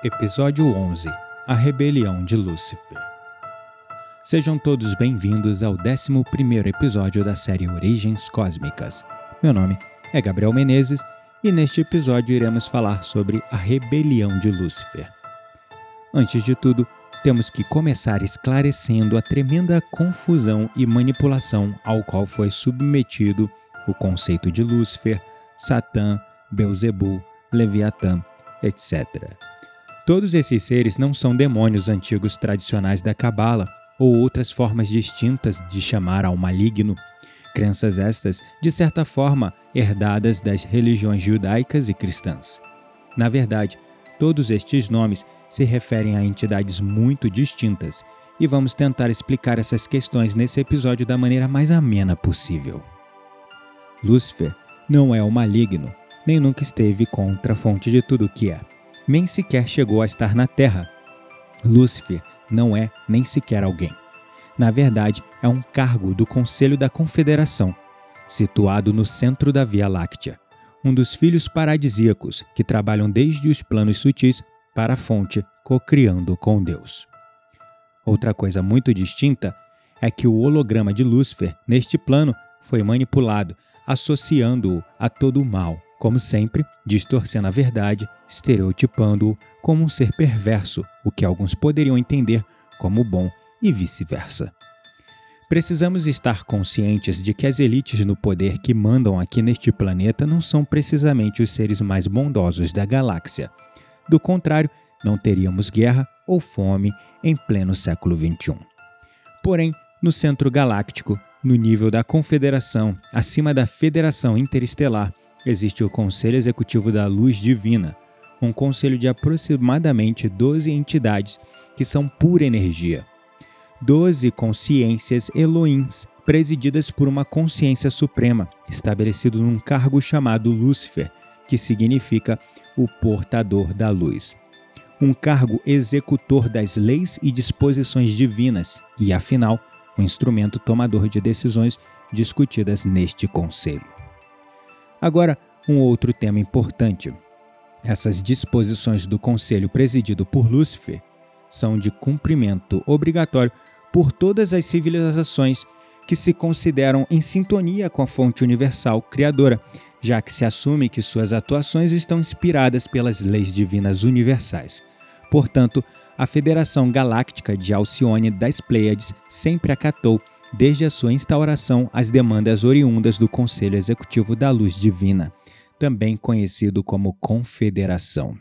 Episódio 11 – A Rebelião de Lúcifer. Sejam todos bem-vindos ao 11º episódio da série Origens Cósmicas. Meu nome é Gabriel Menezes e neste episódio iremos falar sobre a Rebelião de Lúcifer. Antes de tudo, temos que começar esclarecendo a tremenda confusão e manipulação ao qual foi submetido o conceito de Lúcifer, Satã, Belzebu, Leviatã, etc. Todos esses seres não são demônios antigos tradicionais da Cabala ou outras formas distintas de chamar ao maligno, crenças estas, de certa forma, herdadas das religiões judaicas e cristãs. Na verdade, todos estes nomes se referem a entidades muito distintas e vamos tentar explicar essas questões nesse episódio da maneira mais amena possível. Lúcifer não é o maligno, nem nunca esteve contra a fonte de tudo o que é. Nem sequer chegou a estar na Terra. Lúcifer não é nem sequer alguém. Na verdade, é um cargo do Conselho da Confederação, situado no centro da Via Láctea, um dos filhos paradisíacos que trabalham desde os planos sutis para a fonte, cocriando com Deus. Outra coisa muito distinta é que o holograma de Lúcifer, neste plano, foi manipulado, associando-o a todo o mal, como sempre, distorcendo a verdade, estereotipando-o como um ser perverso, o que alguns poderiam entender como bom e vice-versa. Precisamos estar conscientes de que as elites no poder que mandam aqui neste planeta não são precisamente os seres mais bondosos da galáxia. Do contrário, não teríamos guerra ou fome em pleno século XXI. Porém, no centro galáctico, no nível da Confederação, acima da Federação Interestelar, existe o Conselho Executivo da Luz Divina, um conselho de aproximadamente 12 entidades que são pura energia. 12 consciências Elohims, presididas por uma consciência suprema, estabelecido num cargo chamado Lúcifer, que significa o portador da luz. Um cargo executor das leis e disposições divinas e, afinal, um instrumento tomador de decisões discutidas neste conselho. Agora, um outro tema importante. Essas disposições do Conselho presidido por Lúcifer são de cumprimento obrigatório por todas as civilizações que se consideram em sintonia com a fonte universal criadora, já que se assume que suas atuações estão inspiradas pelas leis divinas universais. Portanto, a Federação Galáctica de Alcione das Pleiades sempre acatou, desde a sua instauração, as demandas oriundas do Conselho Executivo da Luz Divina, também conhecido como Confederação.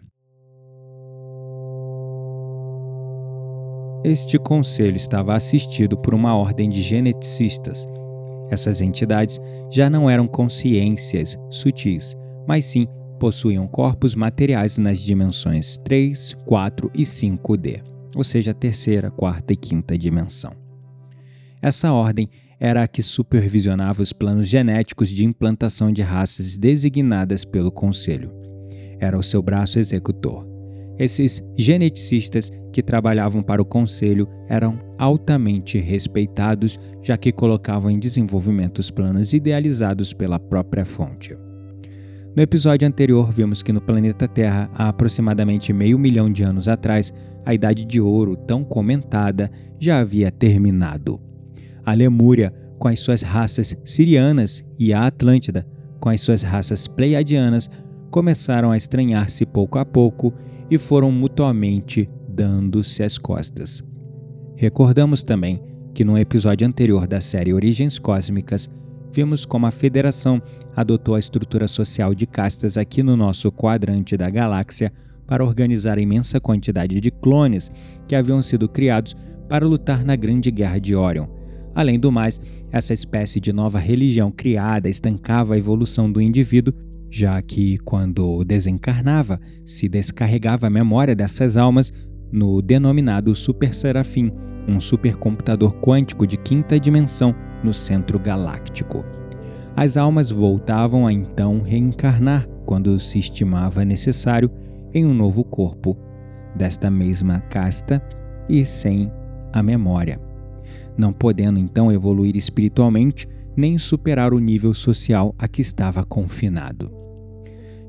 Este conselho estava assistido por uma ordem de geneticistas. Essas entidades já não eram consciências sutis, mas sim possuíam corpos materiais nas dimensões 3, 4 e 5D, ou seja, a terceira, quarta e quinta dimensão. Essa ordem era a que supervisionava os planos genéticos de implantação de raças designadas pelo Conselho. Era o seu braço executor. Esses geneticistas que trabalhavam para o Conselho eram altamente respeitados, já que colocavam em desenvolvimento os planos idealizados pela própria fonte. No episódio anterior, vimos que no planeta Terra, há aproximadamente 500 mil de anos atrás, a Idade de Ouro, tão comentada, já havia terminado. A Lemúria, com as suas raças sirianas, e a Atlântida, com as suas raças pleiadianas, começaram a estranhar-se pouco a pouco e foram mutuamente dando-se as costas. Recordamos também que no episódio anterior da série Origens Cósmicas, vimos como a Federação adotou a estrutura social de castas aqui no nosso quadrante da galáxia para organizar a imensa quantidade de clones que haviam sido criados para lutar na Grande Guerra de Órion. Além do mais, essa espécie de nova religião criada estancava a evolução do indivíduo, já que, quando desencarnava, se descarregava a memória dessas almas no denominado Super Serafim, um supercomputador quântico de quinta dimensão no centro galáctico. As almas voltavam a então reencarnar quando se estimava necessário em um novo corpo, desta mesma casta e sem a memória, não podendo então evoluir espiritualmente nem superar o nível social a que estava confinado.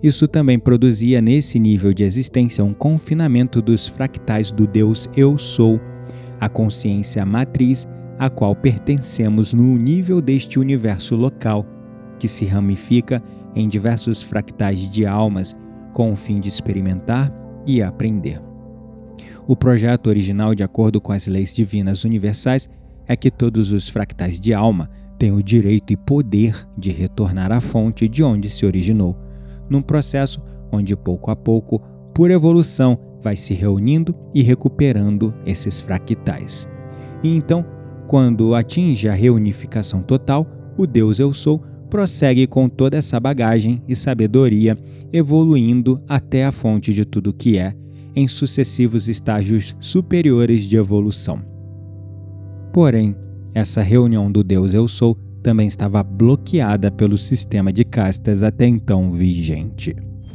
Isso também produzia nesse nível de existência um confinamento dos fractais do Deus Eu Sou, a consciência matriz a qual pertencemos no nível deste universo local, que se ramifica em diversos fractais de almas com o fim de experimentar e aprender. O projeto original, de acordo com as leis divinas universais, é que todos os fractais de alma têm o direito e poder de retornar à fonte de onde se originou, num processo onde pouco a pouco, por evolução, vai se reunindo e recuperando esses fractais. E então, quando atinge a reunificação total, o Deus Eu Sou prossegue com toda essa bagagem e sabedoria, evoluindo até a fonte de tudo que é, em sucessivos estágios superiores de evolução. Porém, essa reunião do Deus Eu Sou também estava bloqueada pelo sistema de castas até então vigente.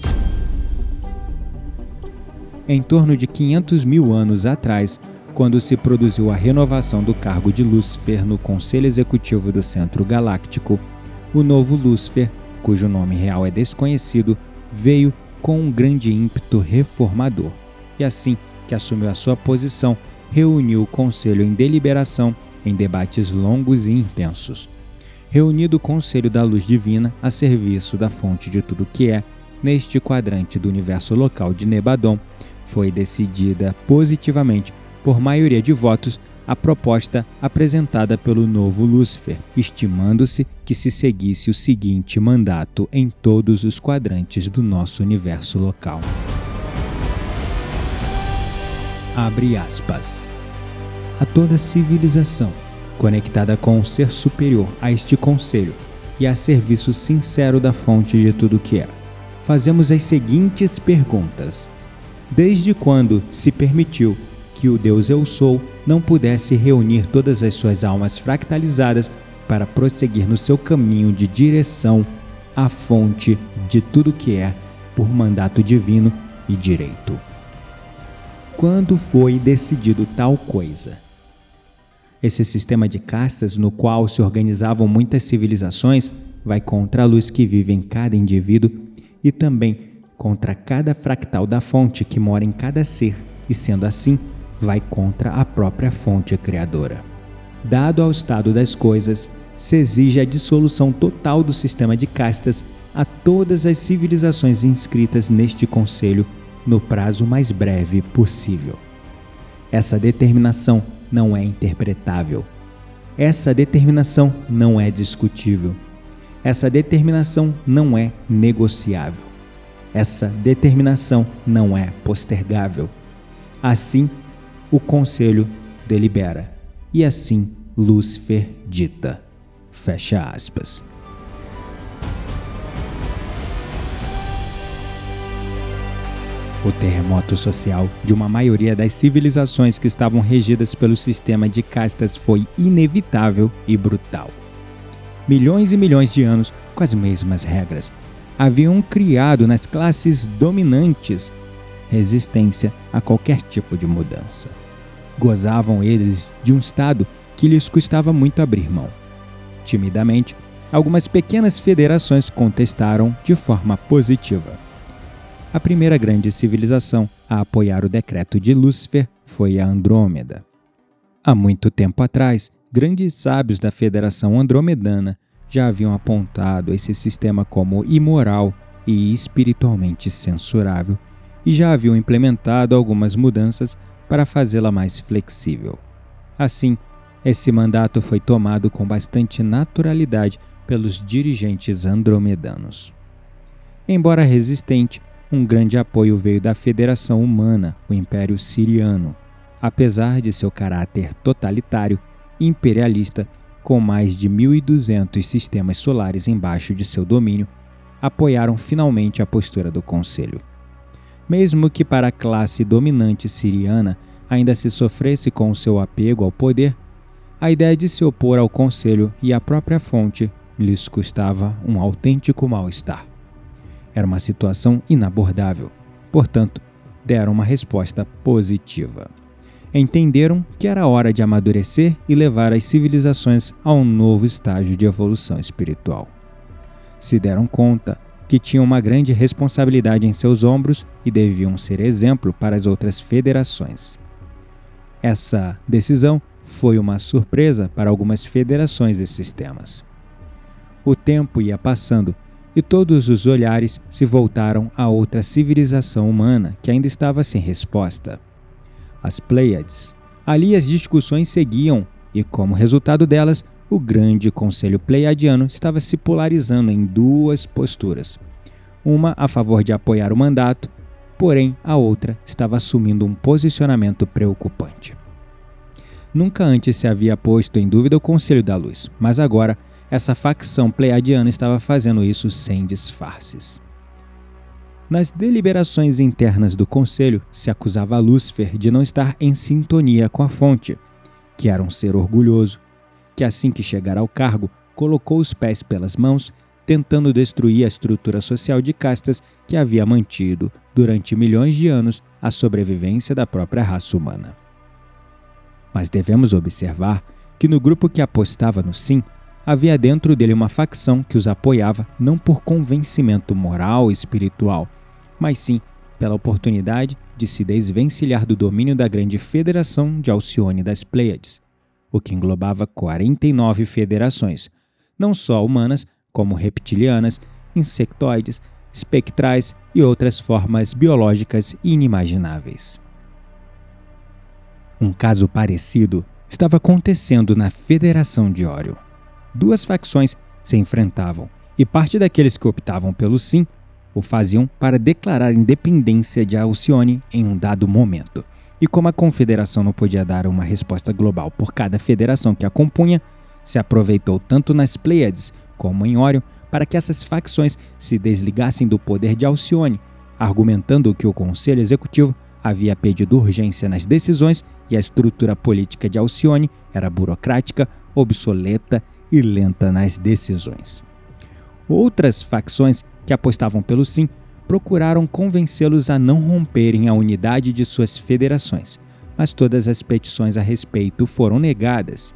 Em torno de 500 mil anos atrás, quando se produziu a renovação do cargo de Lúcifer no Conselho Executivo do Centro Galáctico, o novo Lúcifer, cujo nome real é desconhecido, veio com um grande ímpeto reformador, e assim que assumiu a sua posição, reuniu o Conselho em deliberação em debates longos e intensos. Reunido o Conselho da Luz Divina a serviço da fonte de tudo que é, neste quadrante do universo local de Nebadon, foi decidida positivamente, por maioria de votos, a proposta apresentada pelo novo Lúcifer, estimando-se que se seguisse o seguinte mandato em todos os quadrantes do nosso universo local. Abre aspas. A toda civilização conectada com um ser superior a este conselho e a serviço sincero da fonte de tudo que é, fazemos as seguintes perguntas. Desde quando se permitiu que o Deus Eu Sou não pudesse reunir todas as suas almas fractalizadas para prosseguir no seu caminho de direção à fonte de tudo que é, por mandato divino e direito? Quando foi decidido tal coisa? Esse sistema de castas no qual se organizavam muitas civilizações vai contra a luz que vive em cada indivíduo e também contra cada fractal da fonte que mora em cada ser, e sendo assim, vai contra a própria fonte criadora. Dado ao estado das coisas, se exige a dissolução total do sistema de castas a todas as civilizações inscritas neste conselho no prazo mais breve possível. Essa determinação não é interpretável. Essa determinação não é discutível. Essa determinação não é negociável. Essa determinação não é postergável. Assim, o Conselho delibera, e assim Lúcifer dita. Fecha aspas. O terremoto social de uma maioria das civilizações que estavam regidas pelo sistema de castas foi inevitável e brutal. Milhões e milhões de anos com as mesmas regras haviam criado nas classes dominantes resistência a qualquer tipo de mudança. Gozavam eles de um estado que lhes custava muito abrir mão. Timidamente, algumas pequenas federações contestaram de forma positiva. A primeira grande civilização a apoiar o decreto de Lúcifer foi a Andrômeda. Há muito tempo atrás, grandes sábios da Federação Andromedana já haviam apontado esse sistema como imoral e espiritualmente censurável e já haviam implementado algumas mudanças para fazê-la mais flexível. Assim, esse mandato foi tomado com bastante naturalidade pelos dirigentes andromedanos. Embora resistente, um grande apoio veio da Federação Humana, o Império Siriano, apesar de seu caráter totalitário e imperialista, com mais de 1.200 sistemas solares embaixo de seu domínio, apoiaram finalmente a postura do Conselho. Mesmo que para a classe dominante siriana ainda se sofresse com seu apego ao poder, a ideia de se opor ao Conselho e à própria fonte lhes custava um autêntico mal-estar. Era uma situação inabordável, portanto, deram uma resposta positiva. Entenderam que era hora de amadurecer e levar as civilizações a um novo estágio de evolução espiritual. Se deram conta que tinham uma grande responsabilidade em seus ombros e deviam ser exemplo para as outras federações. Essa decisão foi uma surpresa para algumas federações e sistemas. O tempo ia passando e todos os olhares se voltaram a outra civilização humana que ainda estava sem resposta: as Pleiades. Ali as discussões seguiam e, como resultado delas, o grande conselho pleiadiano estava se polarizando em duas posturas. Uma a favor de apoiar o mandato, porém a outra estava assumindo um posicionamento preocupante. Nunca antes se havia posto em dúvida o Conselho da Luz, mas agora essa facção pleiadiana estava fazendo isso sem disfarces. Nas deliberações internas do Conselho, se acusava Lúcifer de não estar em sintonia com a fonte, que era um ser orgulhoso, que assim que chegara ao cargo, colocou os pés pelas mãos, tentando destruir a estrutura social de castas que havia mantido, durante milhões de anos, a sobrevivência da própria raça humana. Mas devemos observar que no grupo que apostava no sim, havia dentro dele uma facção que os apoiava não por convencimento moral e espiritual, mas sim pela oportunidade de se desvencilhar do domínio da grande federação de Alcione das Pleiades, o que englobava 49 federações, não só humanas, como reptilianas, insectoides, espectrais e outras formas biológicas inimagináveis. Um caso parecido estava acontecendo na Federação de Órion. Duas facções se enfrentavam e parte daqueles que optavam pelo sim o faziam para declarar independência de Alcione em um dado momento. E como a confederação não podia dar uma resposta global por cada federação que a compunha, se aproveitou tanto nas Pleiades como em Órion para que essas facções se desligassem do poder de Alcione, argumentando que o Conselho Executivo havia pedido urgência nas decisões e a estrutura política de Alcione era burocrática, obsoleta e lenta nas decisões. Outras facções que apostavam pelo sim procuraram convencê-los a não romperem a unidade de suas federações, mas todas as petições a respeito foram negadas.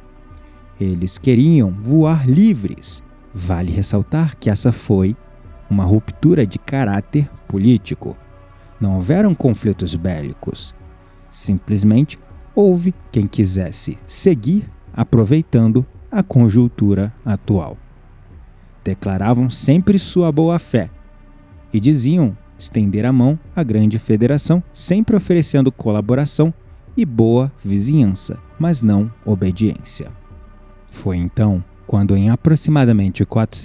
Eles queriam voar livres. Vale ressaltar que essa foi uma ruptura de caráter político. Não houveram conflitos bélicos. Simplesmente houve quem quisesse seguir aproveitando a conjuntura atual. Declaravam sempre sua boa-fé e diziam estender a mão à grande federação, sempre oferecendo colaboração e boa vizinhança, mas não obediência. Foi então quando, em aproximadamente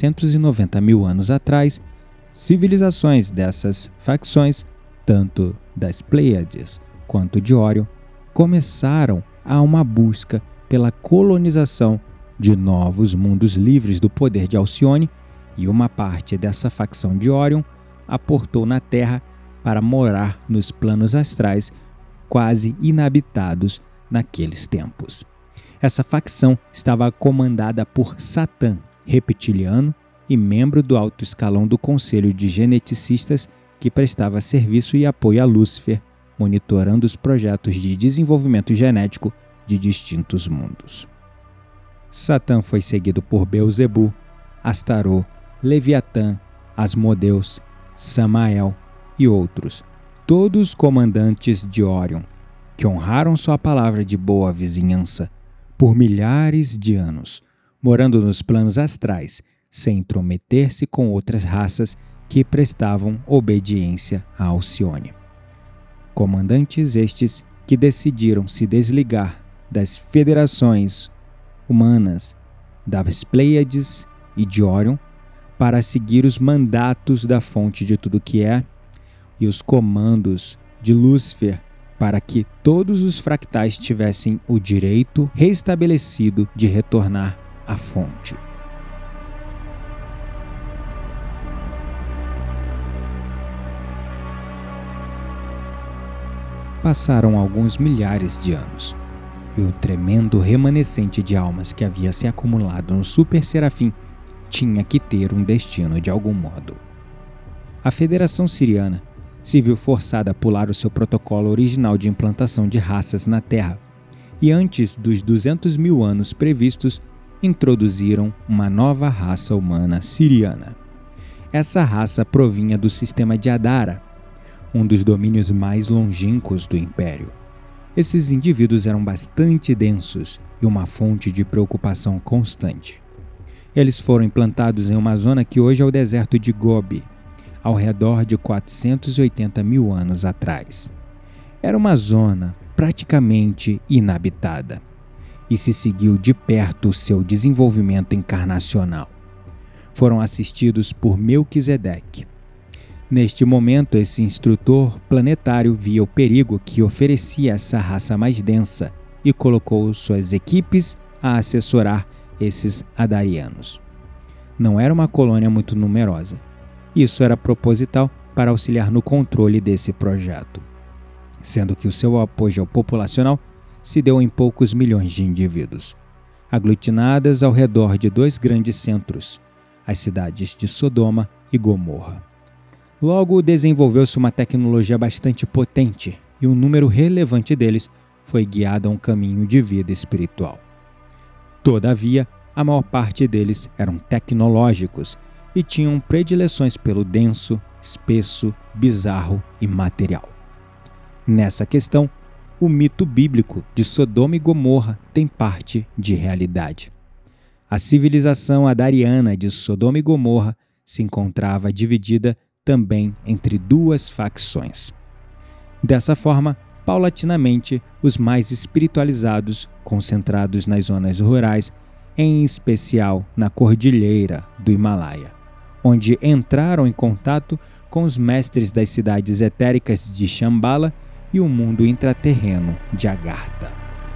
490 mil anos atrás, civilizações dessas facções, tanto das Pleiades quanto de Órion, começaram a uma busca pela colonização de novos mundos livres do poder de Alcione, e uma parte dessa facção de Órion aportou na Terra para morar nos planos astrais quase inabitados naqueles tempos. Essa facção estava comandada por Satã, reptiliano e membro do alto escalão do Conselho de Geneticistas, que prestava serviço e apoio a Lúcifer, monitorando os projetos de desenvolvimento genético de distintos mundos. Satã foi seguido por Beelzebub, Astarô, Leviatã, Asmodeus, Samael e outros, todos comandantes de Órion, que honraram sua palavra de boa vizinhança por milhares de anos, morando nos planos astrais, sem intrometer-se com outras raças que prestavam obediência a Alcione. Comandantes estes que decidiram se desligar das federações humanas, das Pleiades e de Órion, para seguir os mandatos da fonte de tudo que é e os comandos de Lúcifer, para que todos os fractais tivessem o direito restabelecido de retornar à fonte. Passaram alguns milhares de anos, e o tremendo remanescente de almas que havia se acumulado no Super Serafim tinha que ter um destino de algum modo. A Federação Siriana se viu forçada a pular o seu protocolo original de implantação de raças na Terra, e antes dos 200 mil anos previstos, introduziram uma nova raça humana siriana. Essa raça provinha do sistema de Adara, um dos domínios mais longínquos do Império. Esses indivíduos eram bastante densos e uma fonte de preocupação constante. Eles foram implantados em uma zona que hoje é o deserto de Gobi, ao redor de 480 mil anos atrás. Era uma zona praticamente inabitada e se seguiu de perto o seu desenvolvimento encarnacional. Foram assistidos por Melquisedeque. Neste momento, esse instrutor planetário via o perigo que oferecia essa raça mais densa e colocou suas equipes a assessorar esses adarianos. Não era uma colônia muito numerosa. Isso era proposital para auxiliar no controle desse projeto, sendo que o seu apogeu populacional se deu em poucos milhões de indivíduos, aglutinadas ao redor de dois grandes centros, as cidades de Sodoma e Gomorra. Logo, desenvolveu-se uma tecnologia bastante potente e um número relevante deles foi guiado a um caminho de vida espiritual. Todavia, a maior parte deles eram tecnológicos e tinham predileções pelo denso, espesso, bizarro e material. Nessa questão, o mito bíblico de Sodoma e Gomorra tem parte de realidade. A civilização adariana de Sodoma e Gomorra se encontrava dividida também entre duas facções. Dessa forma, paulatinamente, os mais espiritualizados, concentrados nas zonas rurais, em especial na cordilheira do Himalaia, onde entraram em contato com os mestres das cidades etéricas de Shambhala e o mundo intraterreno de Agartha.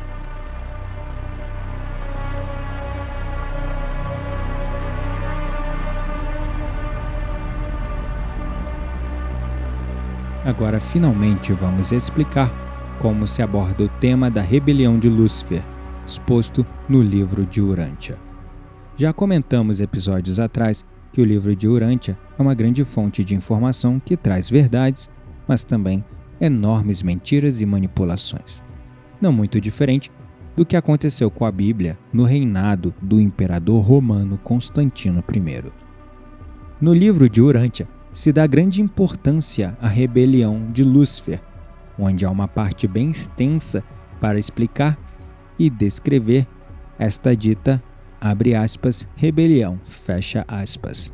Agora, finalmente, vamos explicar como se aborda o tema da rebelião de Lúcifer, exposto no livro de Urântia. Já comentamos episódios atrás que o livro de Urântia é uma grande fonte de informação que traz verdades, mas também enormes mentiras e manipulações. Não muito diferente do que aconteceu com a Bíblia no reinado do imperador romano Constantino I. No livro de Urântia se dá grande importância à rebelião de Lúcifer, onde há uma parte bem extensa para explicar e descrever esta dita, abre aspas, rebelião, fecha aspas.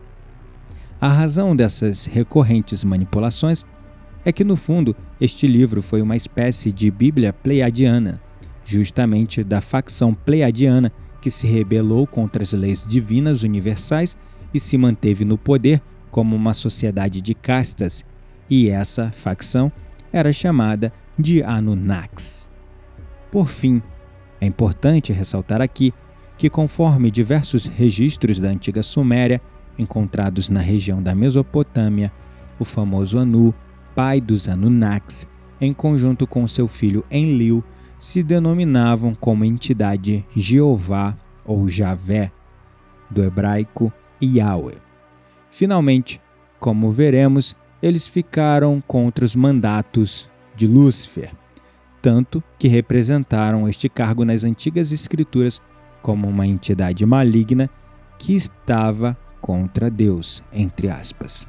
A razão dessas recorrentes manipulações é que, no fundo, este livro foi uma espécie de Bíblia pleiadiana, justamente da facção pleiadiana que se rebelou contra as leis divinas universais e se manteve no poder como uma sociedade de castas, e essa facção era chamada de Anunnakis. Por fim, é importante ressaltar aqui que, conforme diversos registros da antiga Suméria, encontrados na região da Mesopotâmia, o famoso Anu, pai dos Anunnakis, em conjunto com seu filho Enlil, se denominavam como entidade Jeová ou Javé, do hebraico Yahweh. Finalmente, como veremos, eles ficaram contra os mandatos de Lúcifer, tanto que representaram este cargo nas antigas escrituras como uma entidade maligna que estava contra Deus, entre aspas.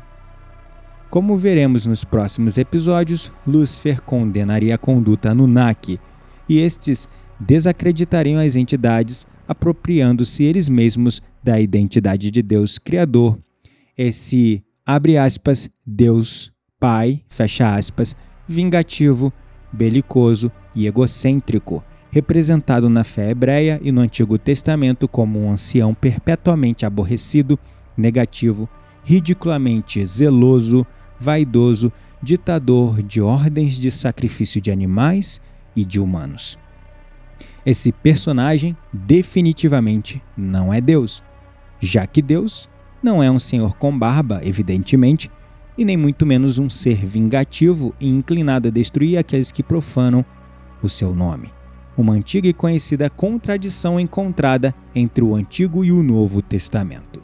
Como veremos nos próximos episódios, Lúcifer condenaria a conduta Anunnaki e estes desacreditariam as entidades, apropriando-se eles mesmos da identidade de Deus Criador. Esse, abre aspas, Deus Pai, fecha aspas, vingativo, belicoso e egocêntrico, representado na fé hebreia e no Antigo Testamento como um ancião perpetuamente aborrecido, negativo, ridiculamente zeloso, vaidoso, ditador de ordens de sacrifício de animais e de humanos. Esse personagem definitivamente não é Deus, já que Deus não é um senhor com barba, evidentemente, e nem muito menos um ser vingativo e inclinado a destruir aqueles que profanam o seu nome. Uma antiga e conhecida contradição encontrada entre o Antigo e o Novo Testamento.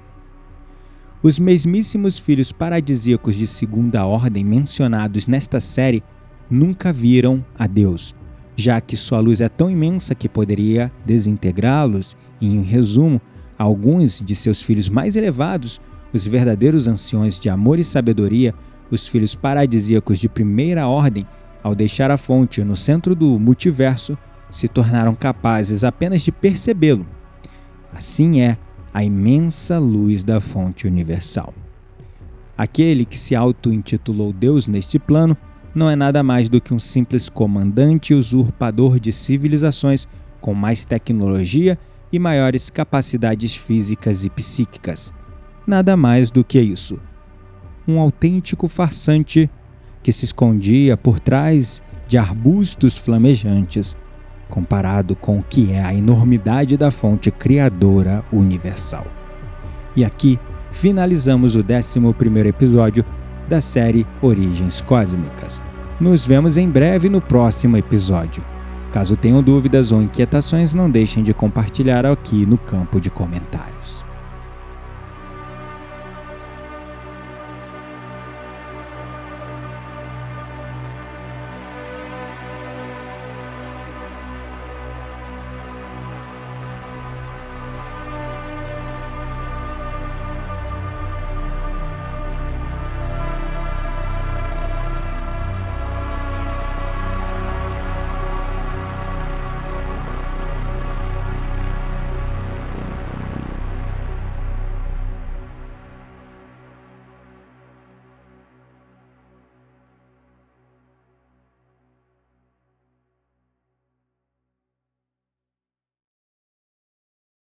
Os mesmíssimos filhos paradisíacos de segunda ordem mencionados nesta série nunca viram a Deus, já que sua luz é tão imensa que poderia desintegrá-los e, em resumo, alguns de seus filhos mais elevados os verdadeiros anciões de amor e sabedoria, os filhos paradisíacos de primeira ordem, ao deixar a fonte no centro do multiverso, se tornaram capazes apenas de percebê-lo. Assim é a imensa luz da fonte universal. Aquele que se auto-intitulou Deus neste plano não é nada mais do que um simples comandante e usurpador de civilizações com mais tecnologia e maiores capacidades físicas e psíquicas. Nada mais do que isso. Um autêntico farsante que se escondia por trás de arbustos flamejantes, comparado com o que é a enormidade da fonte criadora universal. E aqui finalizamos o 11º episódio da série Origens Cósmicas. Nos vemos em breve no próximo episódio. Caso tenham dúvidas ou inquietações, não deixem de compartilhar aqui no campo de comentários.